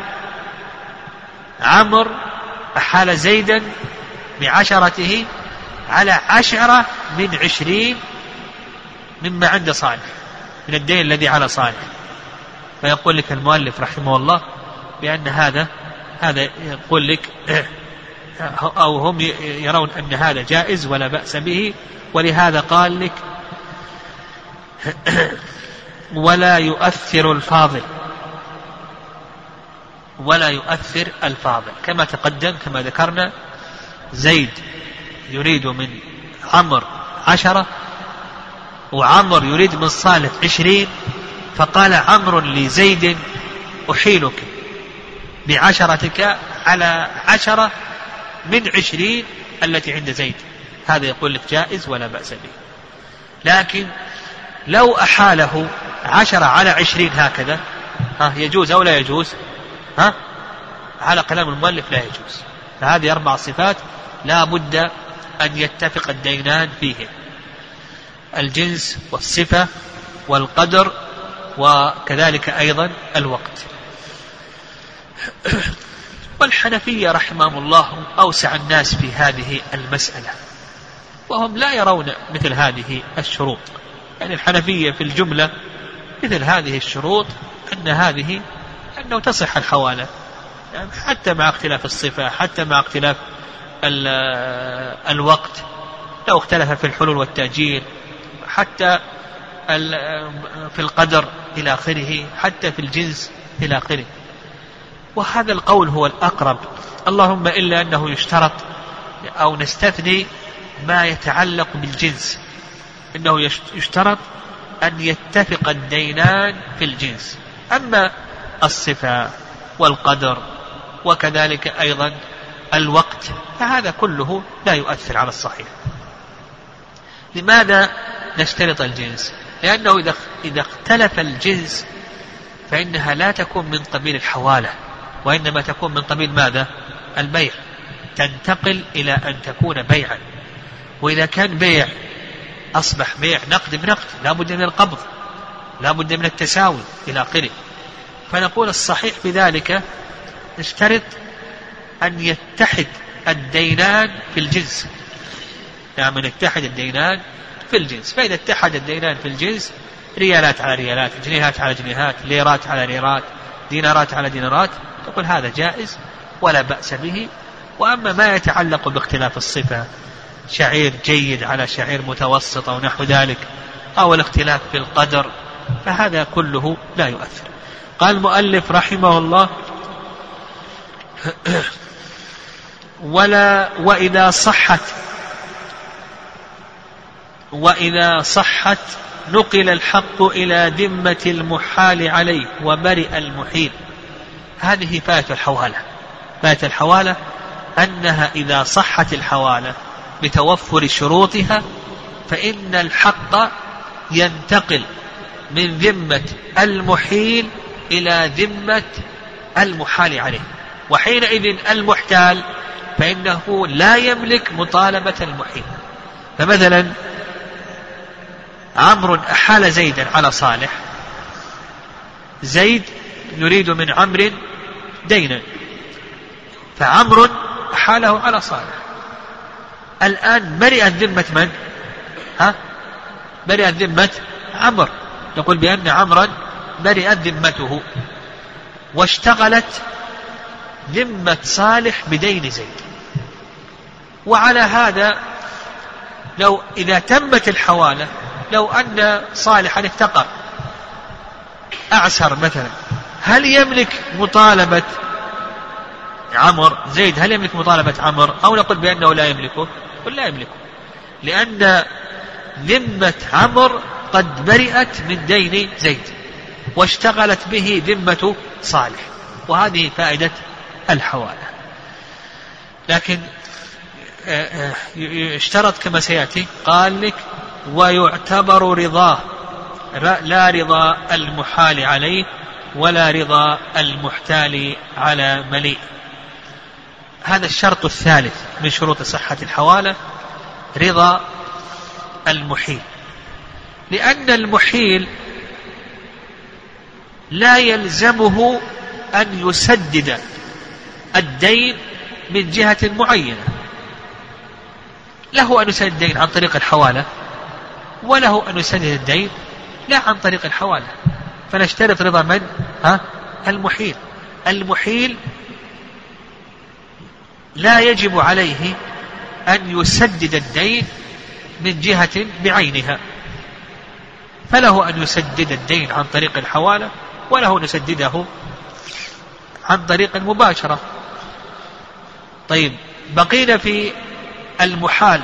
عمر، أحال زيدا بعشرته على عشرة من عشرين مما عند صالح، من الدين الذي على صالح. فيقول لك المؤلف رحمه الله بأن هذا هذا يقول لك أو هم يرون أن هذا جائز ولا بأس به، ولهذا قال لك ولا يؤثر الفاضل ولا يؤثر الفاضل كما تقدم كما ذكرنا. زيد يريد من عمر عشرة وعمر يريد من صالح عشرين، فقال عمر لزيد أحيلك بعشرتك على عشرة من عشرين التي عند زيد. هذا يقول لك جائز ولا بأس به. لكن لو أحاله عشرة على عشرين هكذا ها يجوز أو لا يجوز؟ ها على كلام المؤلف لا يجوز. فهذه أربع صفات لا بد أن يتفق الدينان فيهم: الجنس والصفة والقدر وكذلك أيضا الوقت. والحنفية رحمهم الله أوسع الناس في هذه المسألة، وهم لا يرون مثل هذه الشروط. يعني الحنفية في الجملة مثل هذه الشروط أن هذه أنه تصح الحوالة، يعني حتى مع اختلاف الصفة، حتى مع اختلاف الوقت، لو اختلف في الحلول والتأجيل، حتى في القدر إلى آخره، حتى في الجنس إلى آخره. وهذا القول هو الأقرب، اللهم إلا أنه يشترط أو نستثني ما يتعلق بالجنس، إنه يشترط أن يتفق الدينان في الجنس. أما الصفة والقدر وكذلك أيضا الوقت فهذا كله لا يؤثر على الصحيح. لماذا نشترط الجنس؟ لأنه إذا اختلف الجنس فإنها لا تكون من قبيل الحوالة، وإنما تكون من قبيل ماذا؟ البيع، تنتقل إلى أن تكون بيعا. وإذا كان بيع أصبح بيع نقد بنقد، لا بد من القبض، لا بد من التساوي إلى آخره. فنقول الصحيح في ذلك نشترط أن يتحد الدينان في الجنس، يعني أن يتحد الدينان في الجنس. فإذا اتحد الدينان في الجنس، ريالات على ريالات، جنيهات على جنيهات، ليرات على ليرات، دينارات على دينارات، تقول هذا جائز ولا بأس به. وأما ما يتعلق باختلاف الصفة، شعير جيد على شعير متوسط أو نحو ذلك، أو الاختلاف في القدر، فهذا كله لا يؤثر. قال المؤلف رحمه الله: ولا وإذا صحت وإذا صحت نقل الحق إلى ذمة المحال عليه وبرئ المحيل. هذه فائدة الحوالة. فائدة الحوالة أنها إذا صحت الحوالة بتوفر شروطها فإن الحق ينتقل من ذمة المحيل إلى ذمة المحال عليه، وحينئذ المحتال فإنه لا يملك مطالبة المحيل. فمثلا عمرو أحال زيدا على صالح، زيد يريد من عمرو دينا، فعمرو أحاله على صالح. الآن برئت ذمة من؟ ها؟ برئت ذمة عمرو، نقول بأن عمرا برئت ذمته، واشتغلت ذمة صالح بدين زيد. وعلى هذا لو إذا تمت الحوالة، لو أن صالحا افتقر أعسر مثلا، هل يملك مطالبة عمر زيد؟ هل يملك مطالبة عمر؟ أو نقول بأنه لا يملكه؟ قل لا يملكه، لأن ذمة عمر قد برئت من دين زيد واشتغلت به ذمة صالح. وهذه فائدة الحوالة. لكن اشترط كما سيأتي، قال لك: ويعتبر رضاه، لا رضا المحال عليه ولا رضا المحتال على مليء. هذا الشرط الثالث من شروط صحة الحوالة، رضا المحيل. لأن المحيل لا يلزمه أن يسدد الدين من جهة معينة، له أن يسدد الدين عن طريق الحوالة، وله أن يسدد الدين لا عن طريق الحوالة. فنشترط رضا من؟ ها؟ المحيل. المحيل لا يجب عليه أن يسدد الدين من جهة بعينها، فله أن يسدد الدين عن طريق الحوالة، وله أن يسدده عن طريق المباشرة. طيب، بقينا في المحال،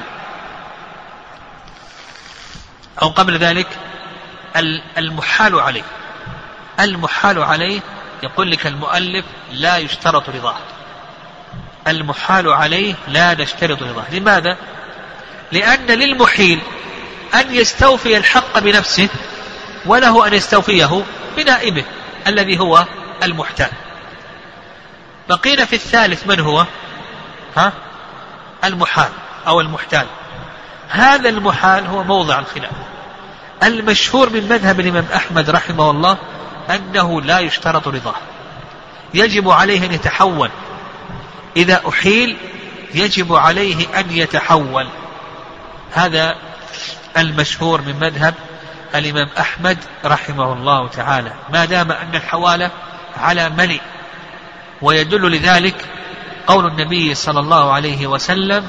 أو قبل ذلك المحال عليه. المحال عليه يقول لك المؤلف لا يشترط رضاه. المحال عليه لا نشترط رضاه. لماذا؟ لأن للمحيل أن يستوفي الحق بنفسه، وله أن يستوفيه بنائبه الذي هو المحتال. بقينا في الثالث، من هو؟ ها؟ المحال أو المحتال. هذا المحال هو موضع الخلاف. المشهور من مذهب الإمام أحمد رحمه الله أنه لا يشترط رضاه، يجب عليه أن يتحول. إذا أحيل يجب عليه أن يتحول. هذا المشهور من مذهب الإمام أحمد رحمه الله تعالى، ما دام أن الحوالة على ملئ. ويدل لذلك قول النبي صلى الله عليه وسلم: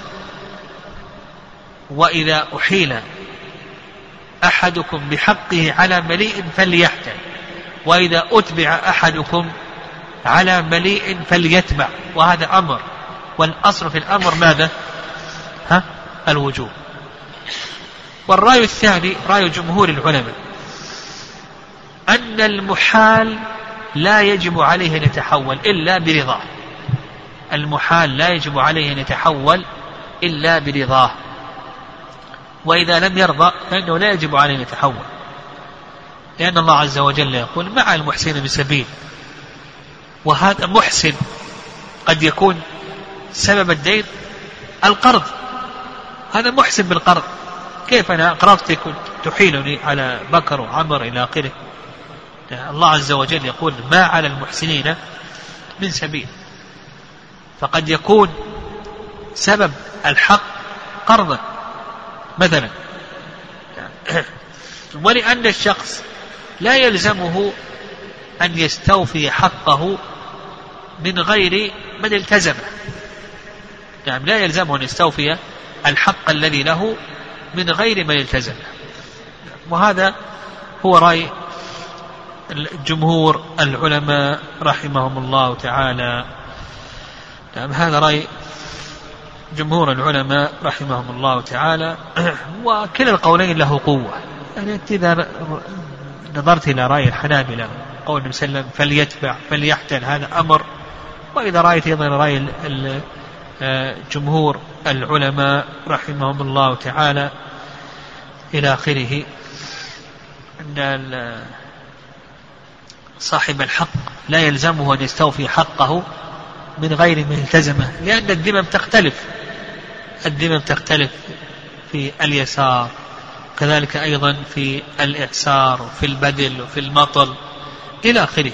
وإذا أحيل أحدكم بحقه على مليء فليحتل، وإذا أتبع أحدكم على مليء فليتبع. وهذا أمر، والأصل في الأمر ماذا؟ ها؟ الوجوب. والرأي الثاني رأي جمهور العلماء أن المحال لا يجب عليه أن يتحول إلا برضاه. المحال لا يجب عليه أن يتحول إلا برضاه، وإذا لم يرضى فإنه لا يجب عليه أن يتحول، لأن الله عز وجل يقول: مع المحسن بسبيل. وهذا محسن قد يكون سبب الدين القرض، هذا محسن بالقرض. كيف أنا أقرضتك تحيلني على بكر وعمر إلى آخره؟ الله عز وجل يقول: ما على المحسنين من سبيل. فقد يكون سبب الحق قرضا مثلا، ولأن الشخص لا يلزمه أن يستوفي حقه من غير من التزمه، يعني لا يلزمه أن يستوفي الحق الذي له من غير من التزمه. وهذا هو رأي جمهور العلماء رحمهم الله تعالى. نعم، هذا رأي جمهور العلماء رحمهم الله تعالى. وكلا القولين له قوة. يعني إذا نظرت إلى رأي الحنابلة قول النبي صلى الله عليه وسلم فليتبع فليحتل، هذا أمر. وإذا رأيت أيضا رأي جمهور العلماء رحمهم الله تعالى إلى آخره أن صاحب الحق لا يلزمه أن يستوفي حقه من غير من التزمه، لأن الذمم تختلف. الذمم تختلف في اليسار، كذلك أيضا في الإعسار وفي البدل وفي المطل إلى آخره.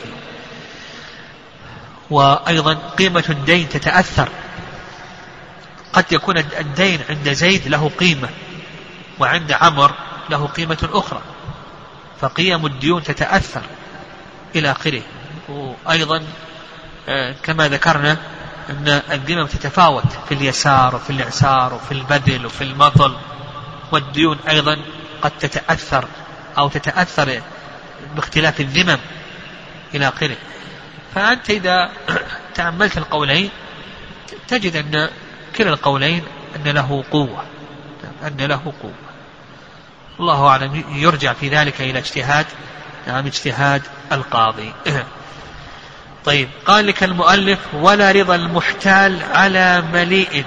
وأيضا قيمة الدين تتأثر. قد يكون الدين عند زيد له قيمة، وعند عمر له قيمة أخرى، فقيم الديون تتأثر إلى آخره. وأيضا كما ذكرنا أن الذمم تتفاوت في اليسار وفي الإعسار وفي البدل وفي المطل، والديون أيضا قد تتأثر أو تتأثر باختلاف الذمم إلى آخره. فأنت إذا تأملت القولين تجد أن كلا القولين أن له قوة، أن له قوة. الله أعلم، يرجع في ذلك إلى اجتهاد نعم اجتهاد القاضي. طيب، قال لك المؤلف: ولا رضا المحتال على مليء.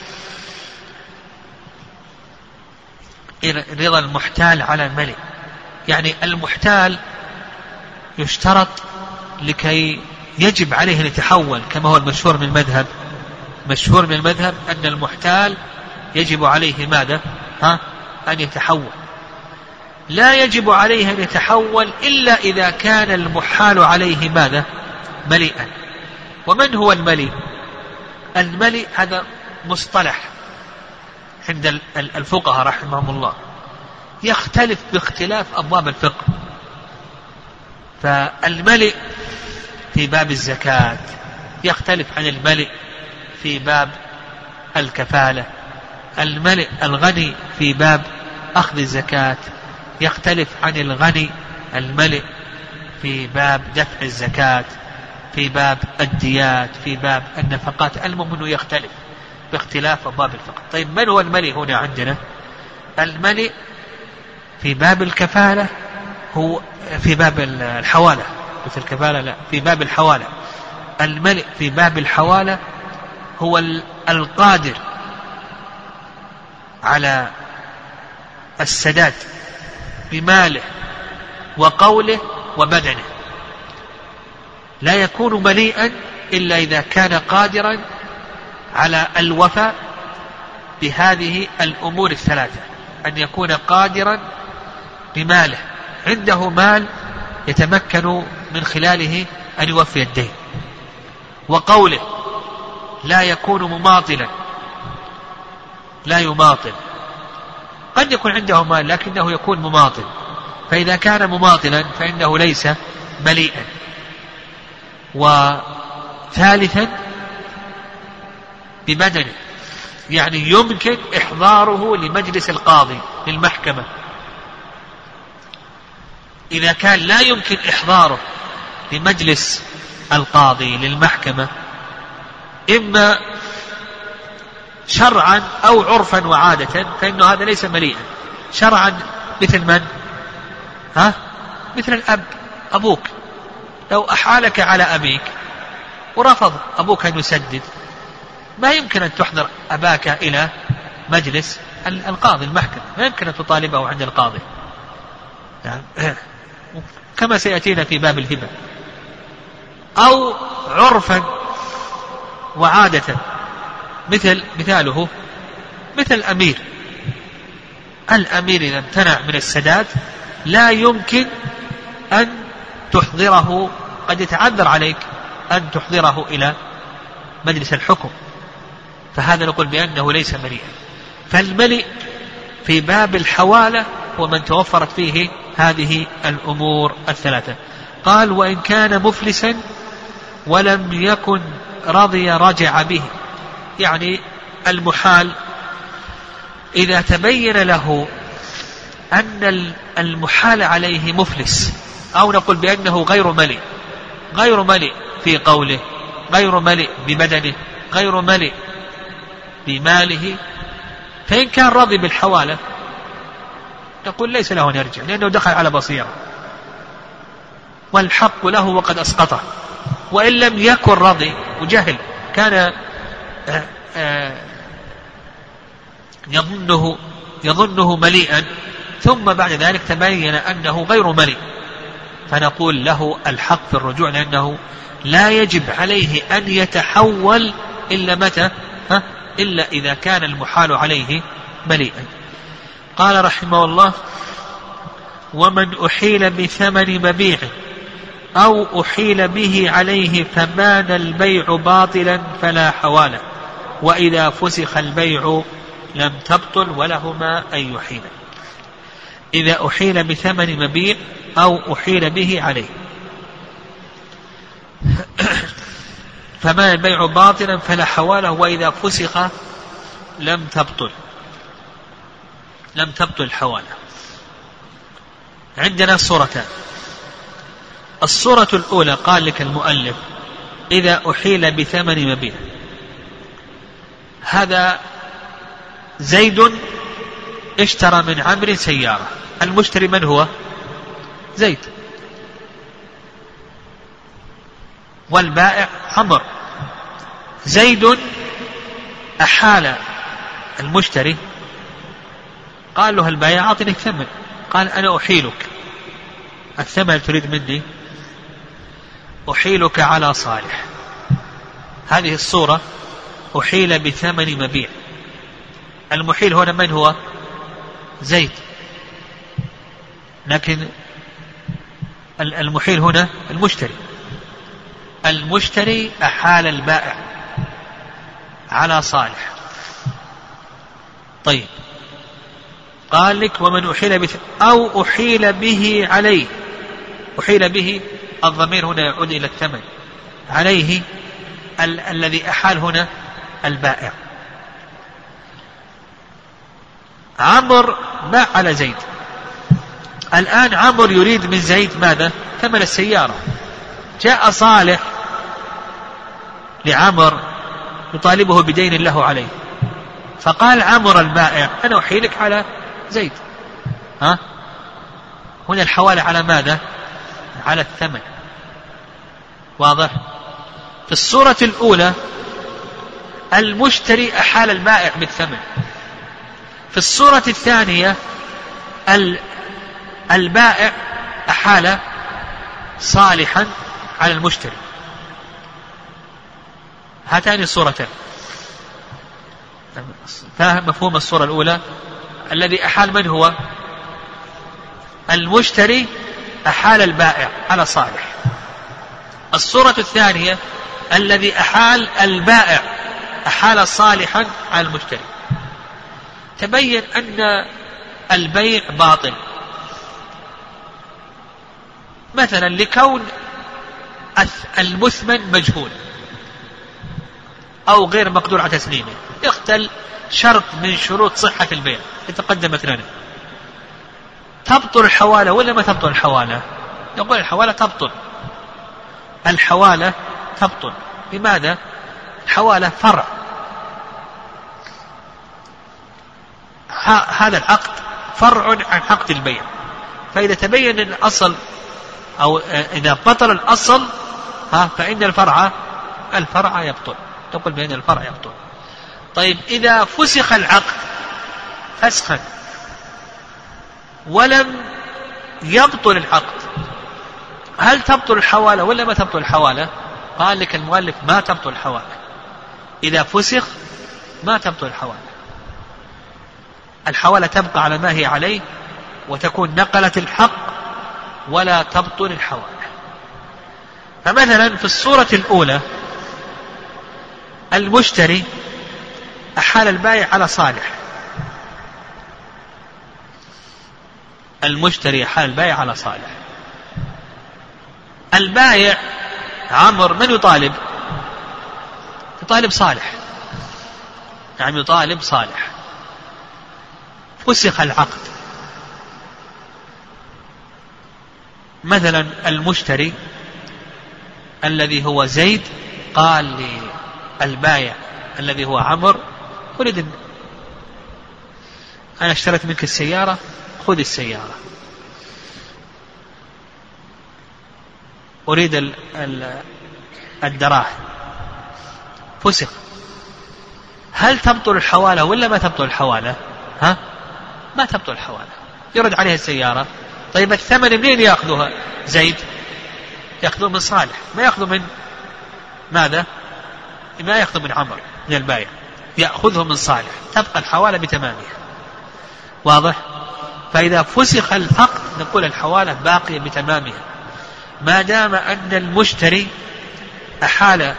رضا المحتال على مليء، يعني المحتال يشترط لكي يجب عليه أن يتحول، كما هو المشهور من المذهب. مشهور من المذهب أن المحتال يجب عليه ماذا؟ ها؟ أن يتحول. لا يجب عليه أن يتحول إلا إذا كان المحال عليه ماذا؟ مليئا. ومن هو المليء؟ المليء هذا مصطلح عند الفقهاء رحمهم الله، يختلف باختلاف أبواب الفقه. فالمليء في باب الزكاة يختلف عن المليء في باب الكفالة. المليء الغني في باب أخذ الزكاة يختلف عن الغني الملئ في باب دفع الزكاة، في باب الديات، في باب النفقات. المهم أنه يختلف باختلاف باب الفقه. طيب من هو الملئ هنا عندنا؟ الملئ في باب الكفالة هو في باب الحوالة، في الكفالة لا، في باب الحوالة. الملئ في باب الحوالة هو القادر على السداد بماله وقوله وبدنه، لا يكون مليئا إلا إذا كان قادرا على الوفاء بهذه الأمور الثلاثة: أن يكون قادرا بماله، عنده مال يتمكن من خلاله أن يوفي الدين، وقوله لا يكون مماطلا، لا يماطل. قد يكون عنده مال لكنه يكون مماطل، فإذا كان مماطلا فإنه ليس مليئا. وثالثا ببدنه، يعني يمكن إحضاره لمجلس القاضي للمحكمة. إذا كان لا يمكن إحضاره لمجلس القاضي للمحكمة إما شرعا أو عرفا وعادة، فإنه هذا ليس مليئا. شرعا مثل من؟ ها؟ مثل الأب، أبوك لو أحالك على أبيك ورفض أبوك أن يسدد، ما يمكن أن تحضر أباك إلى مجلس القاضي المحكمة، ما يمكن أن تطالبه عند القاضي، كما سيأتينا في باب الهبة. أو عرفا وعادة، مثل مثاله مثل الأمير. الأمير إذا امتنع من السداد لا يمكن أن تحضره، قد يتعذر عليك أن تحضره إلى مجلس الحكم، فهذا نقول بأنه ليس مليئا. فالملئ في باب الحوالة هو من توفرت فيه هذه الأمور الثلاثة. قال وإن كان مفلسا ولم يكن رضي رجع به، يعني المحال إذا تبين له أن المحال عليه مفلس، أو نقول بأنه غير ملئ، غير ملئ في قوله، غير ملئ ببدنه، غير ملئ بماله، فإن كان راضي بالحوالة نقول ليس له أن يرجع، لأنه دخل على بصيرة والحق له وقد أسقطه. وإن لم يكن راضي وجهل، كان يظنه يظنه مليئا ثم بعد ذلك تبين أنه غير مليء، فنقول له الحق في الرجوع، لأنه لا يجب عليه أن يتحول إلا متى؟ ها؟ إلا إذا كان المحال عليه مليئا. قال رحمه الله ومن أحيل بثمن مبيع أو أحيل به عليه فمان البيع باطلا فلا حوالة، وإذا فسخ البيع لم تبطل ولهما أن يحيل. إذا أحيل بثمن مبيع أو أحيل به عليه فمان البيع باطلا فلا حوالة، وإذا فسخ لم تبطل لم تبطل الحوالة. عندنا صورتان. الصورة الأولى قال لك المؤلف إذا أحيل بثمن مبيع، هذا زيد اشترى من عمرو سيارة، المشتري من هو؟ زيد، والبائع عمرو. زيد أحال المشتري، قال له البائع أعطني الثمن، قال أنا أحيلك الثمن تريد مني، أحيلك على صالح. هذه الصورة أحيل بثمن مبيع. المحيل هنا من هو؟ زيد، لكن المحيل هنا المشتري. المشتري أحال البائع على صالح. طيب قال لك ومن أحيل بث... أو أحيل به عليه. أحيل به الضمير هنا يعود إلى الثمن، عليه ال... الذي أحال هنا البائع. عمرو باع على زيد، الآن عمرو يريد من زيد ماذا؟ ثمن السيارة. جاء صالح لعمر يطالبه بدين له عليه، فقال عمرو البائع أنا أحيلك على زيد. ها؟ هنا الحوالة على ماذا؟ على الثمن. واضح؟ في الصورة الأولى المشتري أحال البائع بالثمن. في الصورة الثانية البائع أحال صالحا على المشتري. هاتان الصورتان. فاهم مفهوم الصورة الأولى؟ الذي أحال من هو؟ المشتري أحال البائع على صالح. الصورة الثانية الذي أحال البائع أحال صالحا على المشتري. تبين أن البيع باطل مثلا لكون المثمن مجهول أو غير مقدور على تسليمه، يختل شرط من شروط صحة البيع يتقدمت لنا. تبطل الحوالة ولا ما تبطل الحوالة؟ يقول الحوالة تبطل. الحوالة تبطل. لماذا؟ الحوالة فرع. هذا العقد فرع عن عقد البيع، فإذا تبين أن الأصل أو إذا بطل الأصل ها فإن الفرع الفرع يبطل. تقول بأن الفرع يبطل. طيب إذا فسخ العقد فسخا ولم يبطل العقد، هل تبطل الحوالة ولا ما تبطل الحوالة؟ قال لك المؤلف ما تبطل الحوالة. إذا فسخ ما تبطل الحوالة. الحوالة تبقى على ما هي عليه وتكون نقلت الحق ولا تبطل الحوالة. فمثلا في الصورة الأولى المشتري أحال البائع على صالح. المشتري أحال البائع على صالح. البائع عمرو من يطالب؟ يطالب صالح، يعني يطالب صالح. فسخ العقد. مثلا المشتري الذي هو زيد قال للبائع الذي هو عمرو أريد أنا اشتريت منك السيارة، خذ السيارة، أريد الدراهم. فسخ. هل تبطل الحوالة ولا ما تبطل الحوالة؟ ها؟ ما تبطل الحوالة. يرد عليها السيارة. طيب الثمن منين يأخذها زيد؟ يأخذه من صالح، ما يأخذه من ماذا؟ ما يأخذه من عمرو من البائع، يأخذه من صالح. تبقى الحوالة بتمامها. واضح؟ فإذا فسخ العقد نقول الحوالة باقية بتمامها ما دام أن المشتري أحال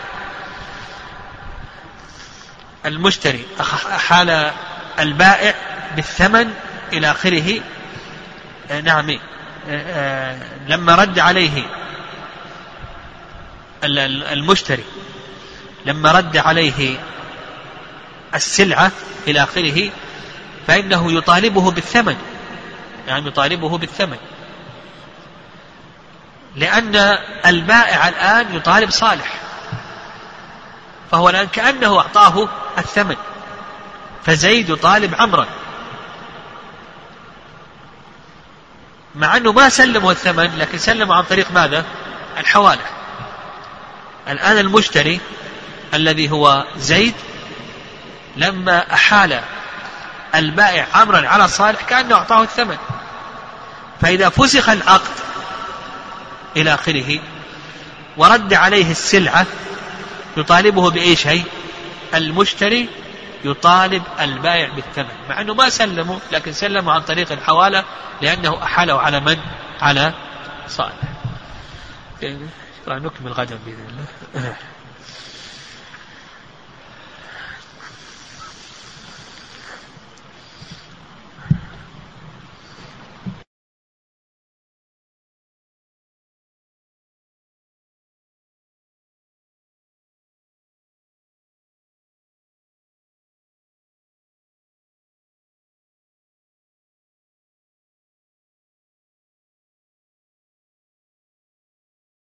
المشتري أحال البائع بالثمن إلى آخره. نعم. لما رد عليه المشتري لما رد عليه السلعة إلى آخره فإنه يطالبه بالثمن، يعني يطالبه بالثمن، لأن البائع الآن يطالب صالح، فهو الآن كأنه أعطاه الثمن. فزيد يطالب عمرا مع أنه ما سلمه الثمن، لكن سلمه عن طريق ماذا؟ الحوالة. الآن المشتري الذي هو زيد لما أحال البائع عمرا على صالح كأنه أعطاه الثمن. فإذا فسخ العقد إلى آخره ورد عليه السلعة يطالبه بأي شيء؟ المشتري يطالب البائع بالثمن مع أنه ما سلمه، لكن سلمه عن طريق الحوالة لأنه أحاله على من؟ على صالح. نكمل غدا بإذن الله.